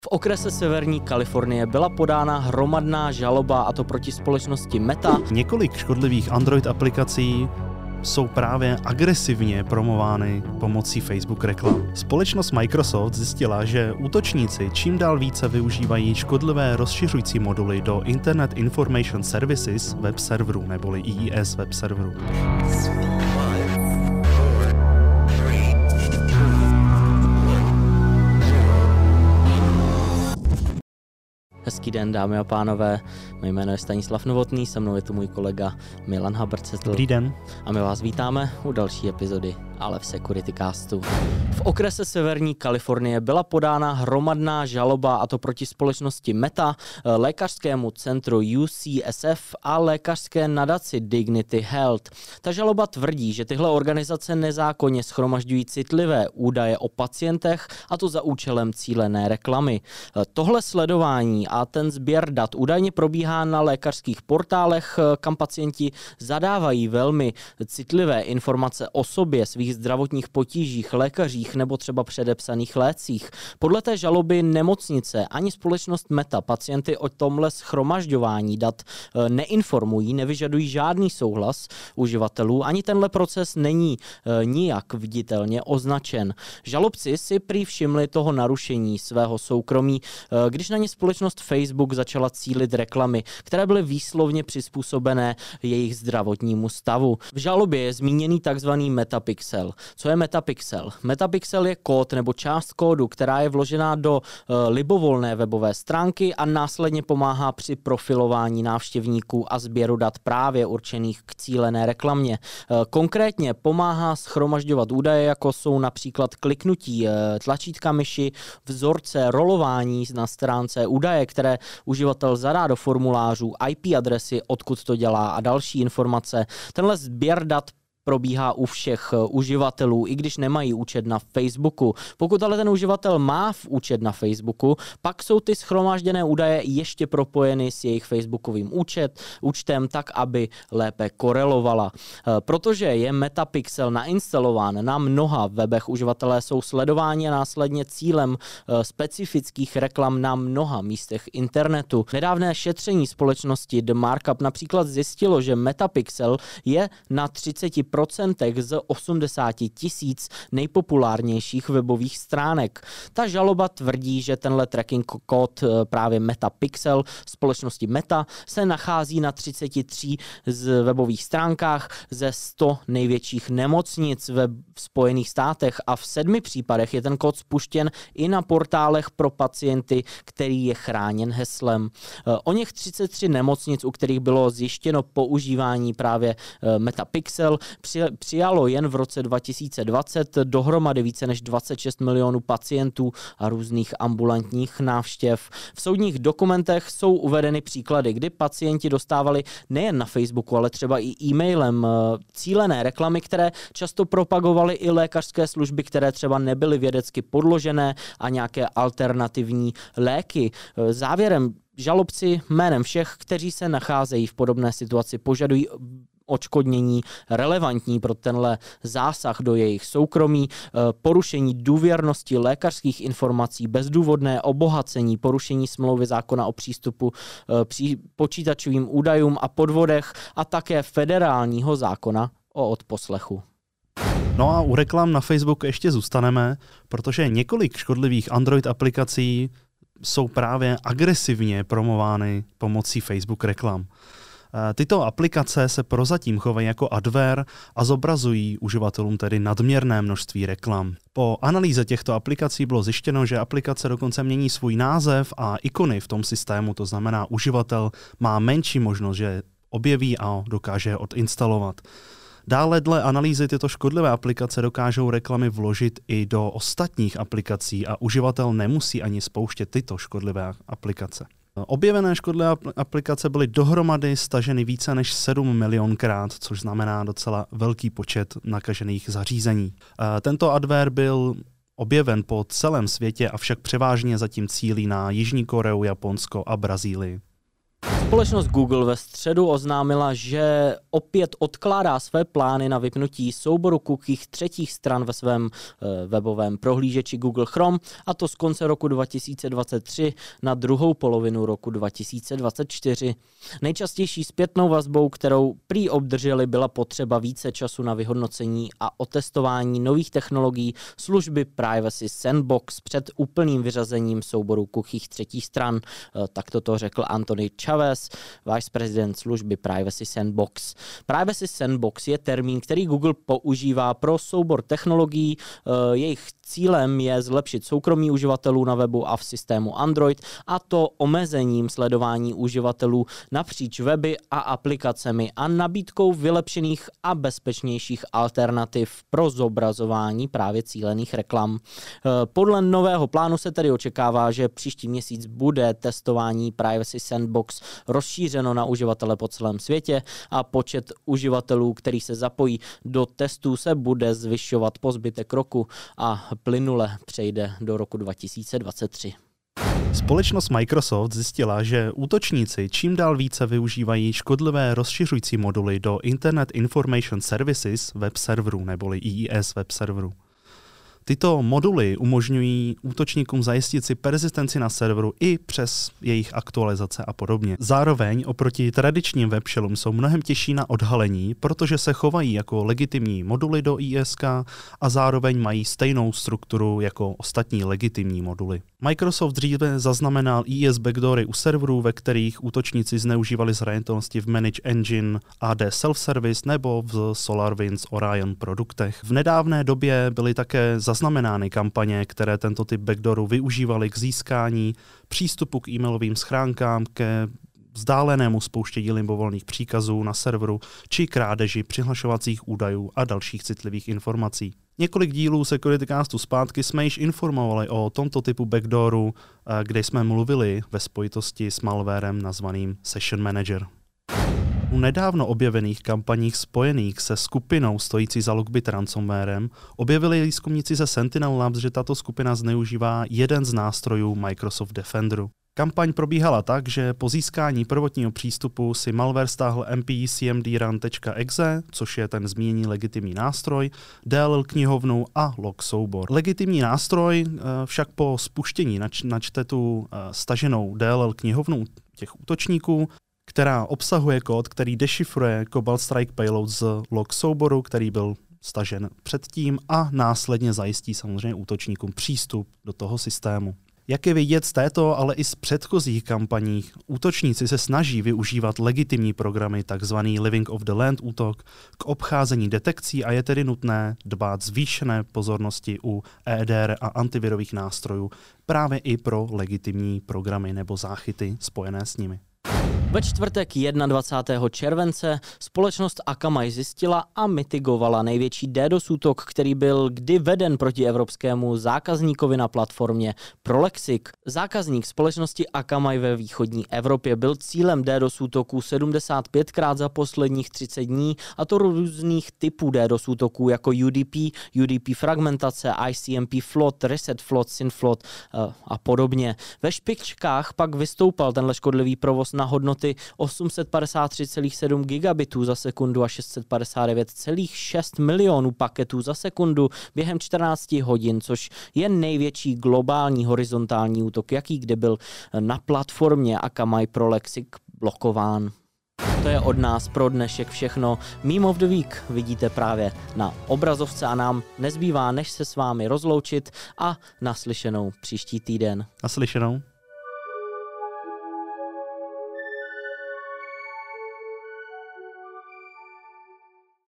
V okrese Severní Kalifornie byla podána hromadná žaloba, a to proti společnosti Meta. Několik škodlivých Android aplikací jsou právě agresivně promovány pomocí Facebook reklam. Společnost Microsoft zjistila, že útočníci čím dál více využívají škodlivé rozšiřující moduly do Internet Information Services web serverů neboli IIS web serverů. Hezký den, dámy a pánové. Mé jméno je Stanislav Novotný, se mnou je tu můj kolega Milan Habrcetl. Dobrý den. A my vás vítáme u další epizody Aleph Security Castu. V okrese Severní Kalifornie byla podána hromadná žaloba, a to proti společnosti Meta, lékařskému centru UCSF a lékařské nadaci Dignity Health. Ta žaloba tvrdí, že tyhle organizace nezákonně shromažďují citlivé údaje o pacientech, a to za účelem cílené reklamy. Tohle sledování a ten sběr dat údajně probíhá na lékařských portálech, kam pacienti zadávají velmi citlivé informace o sobě, svých zdravotních potížích, lékařích nebo třeba předepsaných lécích. Podle té žaloby nemocnice ani společnost Meta pacienty o tomhle shromažďování dat neinformují, nevyžadují žádný souhlas uživatelů, ani tenhle proces není nijak viditelně označen. Žalobci si prý všimli toho narušení svého soukromí, když na ně společnost Facebook začala cílit reklamy, které byly výslovně přizpůsobené jejich zdravotnímu stavu. V žalobě je zmíněný takzvaný metapixel. Co je metapixel? Metapixel je kód nebo část kódu, která je vložená do libovolné webové stránky a následně pomáhá při profilování návštěvníků a sběru dat právě určených k cílené reklamě. Konkrétně pomáhá shromažďovat údaje, jako jsou například kliknutí tlačítka myši, vzorce, rolování na stránce, údaje, které uživatel zadá do formulářů, IP adresy, odkud to dělá a další informace. Tenhle sběr dat probíhá u všech uživatelů, i když nemají účet na Facebooku. Pokud ale ten uživatel má účet na Facebooku, pak jsou ty shromážděné údaje ještě propojeny s jejich facebookovým účtem tak, aby lépe korelovala. Protože je metapixel nainstalován na mnoha webech, uživatelé jsou sledováni a následně cílem specifických reklam na mnoha místech internetu. Nedávné šetření společnosti The Markup například zjistilo, že metapixel je na 30% z 80 000 nejpopulárnějších webových stránek. Ta žaloba tvrdí, že tenhle tracking kód právě metapixel společnosti Meta se nachází na 33 z webových stránkách ze 100 největších nemocnic ve Spojených státech a v 7 případech je ten kód spuštěn i na portálech pro pacienty, který je chráněn heslem. O něch 33 nemocnic, u kterých bylo zjištěno používání právě metapixel, přijalo jen v roce 2020 dohromady více než 26 milionů pacientů a různých ambulantních návštěv. V soudních dokumentech jsou uvedeny příklady, kdy pacienti dostávali nejen na Facebooku, ale třeba i e-mailem cílené reklamy, které často propagovaly i lékařské služby, které třeba nebyly vědecky podložené a nějaké alternativní léky. Závěrem žalobci jménem všech, kteří se nacházejí v podobné situaci, požadují odškodnění relevantní pro tenhle zásah do jejich soukromí, porušení důvěrnosti lékařských informací, bezdůvodné obohacení, porušení smlouvy zákona o přístupu počítačovým údajům a podvodech a také federálního zákona o odposlechu. No a u reklam na Facebooku ještě zůstaneme, protože několik škodlivých Android aplikací jsou právě agresivně promovány pomocí Facebook reklam. Tyto aplikace se prozatím chovají jako adware a zobrazují uživatelům tedy nadměrné množství reklam. Po analýze těchto aplikací bylo zjištěno, že aplikace dokonce mění svůj název a ikony v tom systému, to znamená, uživatel má menší možnost, že objeví a dokáže je odinstalovat. Dále dle analýzy tyto škodlivé aplikace dokážou reklamy vložit i do ostatních aplikací a uživatel nemusí ani spouštět tyto škodlivé aplikace. Objevené škodlivé aplikace byly dohromady staženy více než 7 milionkrát, což znamená docela velký počet nakažených zařízení. Tento adware byl objeven po celém světě, avšak převážně zatím cílí na Jižní Koreu, Japonsko a Brazílii. Společnost Google ve středu oznámila, že opět odkládá své plány na vypnutí souboru cookies třetích stran ve svém webovém prohlížeči Google Chrome, a to z konce roku 2023 na druhou polovinu roku 2024. Nejčastější zpětnou vazbou, kterou prý obdrželi, byla potřeba více času na vyhodnocení a otestování nových technologií služby Privacy Sandbox před úplným vyřazením souboru cookies třetích stran. Tak to řekl Anthony Chavez, viceprezident služby Privacy Sandbox. Privacy Sandbox je termín, který Google používá pro soubor technologií. Jejich cílem je zlepšit soukromí uživatelů na webu a v systému Android, a to omezením sledování uživatelů napříč weby a aplikacemi a nabídkou vylepšených a bezpečnějších alternativ pro zobrazování právě cílených reklam. Podle nového plánu se tedy očekává, že příští měsíc bude testování Privacy Sandbox rozšířeno na uživatele po celém světě a počet uživatelů, který se zapojí do testů, se bude zvyšovat po zbytek roku a plynule přejde do roku 2023. Společnost Microsoft zjistila, že útočníci čím dál více využívají škodlivé rozšiřující moduly do Internet Information Services web serverů neboli IIS web serverů. Tyto moduly umožňují útočníkům zajistit si persistenci na serveru i přes jejich aktualizace a podobně. Zároveň oproti tradičním webshellům jsou mnohem těžší na odhalení, protože se chovají jako legitimní moduly do IISK a zároveň mají stejnou strukturu jako ostatní legitimní moduly. Microsoft dříve zaznamenal IIS backdoory u serverů, ve kterých útočníci zneužívali zranitelnosti v Manage Engine, AD Self-Service nebo v SolarWinds Orion produktech. V nedávné době byly také zaznamenány kampaně, které tento typ backdooru využívaly k získání přístupu k e-mailovým schránkám, ke vzdálenému spouštění libovolných příkazů na serveru či krádeži přihlašovacích údajů a dalších citlivých informací. Několik dílů SecurityCastu zpátky jsme již informovali o tomto typu backdooru, kde jsme mluvili ve spojitosti s malwarem nazvaným Session Manager. U nedávno objevených kampaních spojených se skupinou stojící za Lockbit ransomwarem objevili výzkumníci ze Sentinel Labs, že tato skupina zneužívá jeden z nástrojů Microsoft Defenderu. Kampaň probíhala tak, že po získání prvotního přístupu si malware stáhl mpcmdrun.exe, což je ten zmíněný legitimní nástroj, DLL knihovnu a log soubor. Legitimní nástroj však po spuštění načte tu staženou DLL knihovnu těch útočníků, která obsahuje kód, který dešifruje Cobalt Strike payload z log souboru, který byl stažen předtím, a následně zajistí samozřejmě útočníkům přístup do toho systému. Jak je vidět z této, ale i z předchozích kampaní, útočníci se snaží využívat legitimní programy, takzvaný Living of the Land útok, k obcházení detekcí, a je tedy nutné dbát zvýšené pozornosti u EDR a antivirových nástrojů právě i pro legitimní programy nebo záchyty spojené s nimi. Ve čtvrtek 21. července společnost Akamai zjistila a mitigovala největší DDoS útok, který byl kdy veden proti evropskému zákazníkovi na platformě Prolexic. Zákazník společnosti Akamai ve východní Evropě byl cílem DDoS útoků 75krát za posledních 30 dní, a to různých typů DDoS útoků jako UDP fragmentace, ICMP float, reset float, synfloat a podobně. Ve špičkách pak vystoupal tenhle škodlivý provoz na hodnoty 853,7 gigabitů za sekundu a 659,6 milionů paketů za sekundu během 14 hodin, což je největší globální horizontální útok, jaký kdy byl na platformě Akamai Prolexic blokován. To je od nás pro dnešek všechno. Meme of the Week vidíte právě na obrazovce a nám nezbývá, než se s vámi rozloučit a naslyšenou příští týden. Naslyšenou.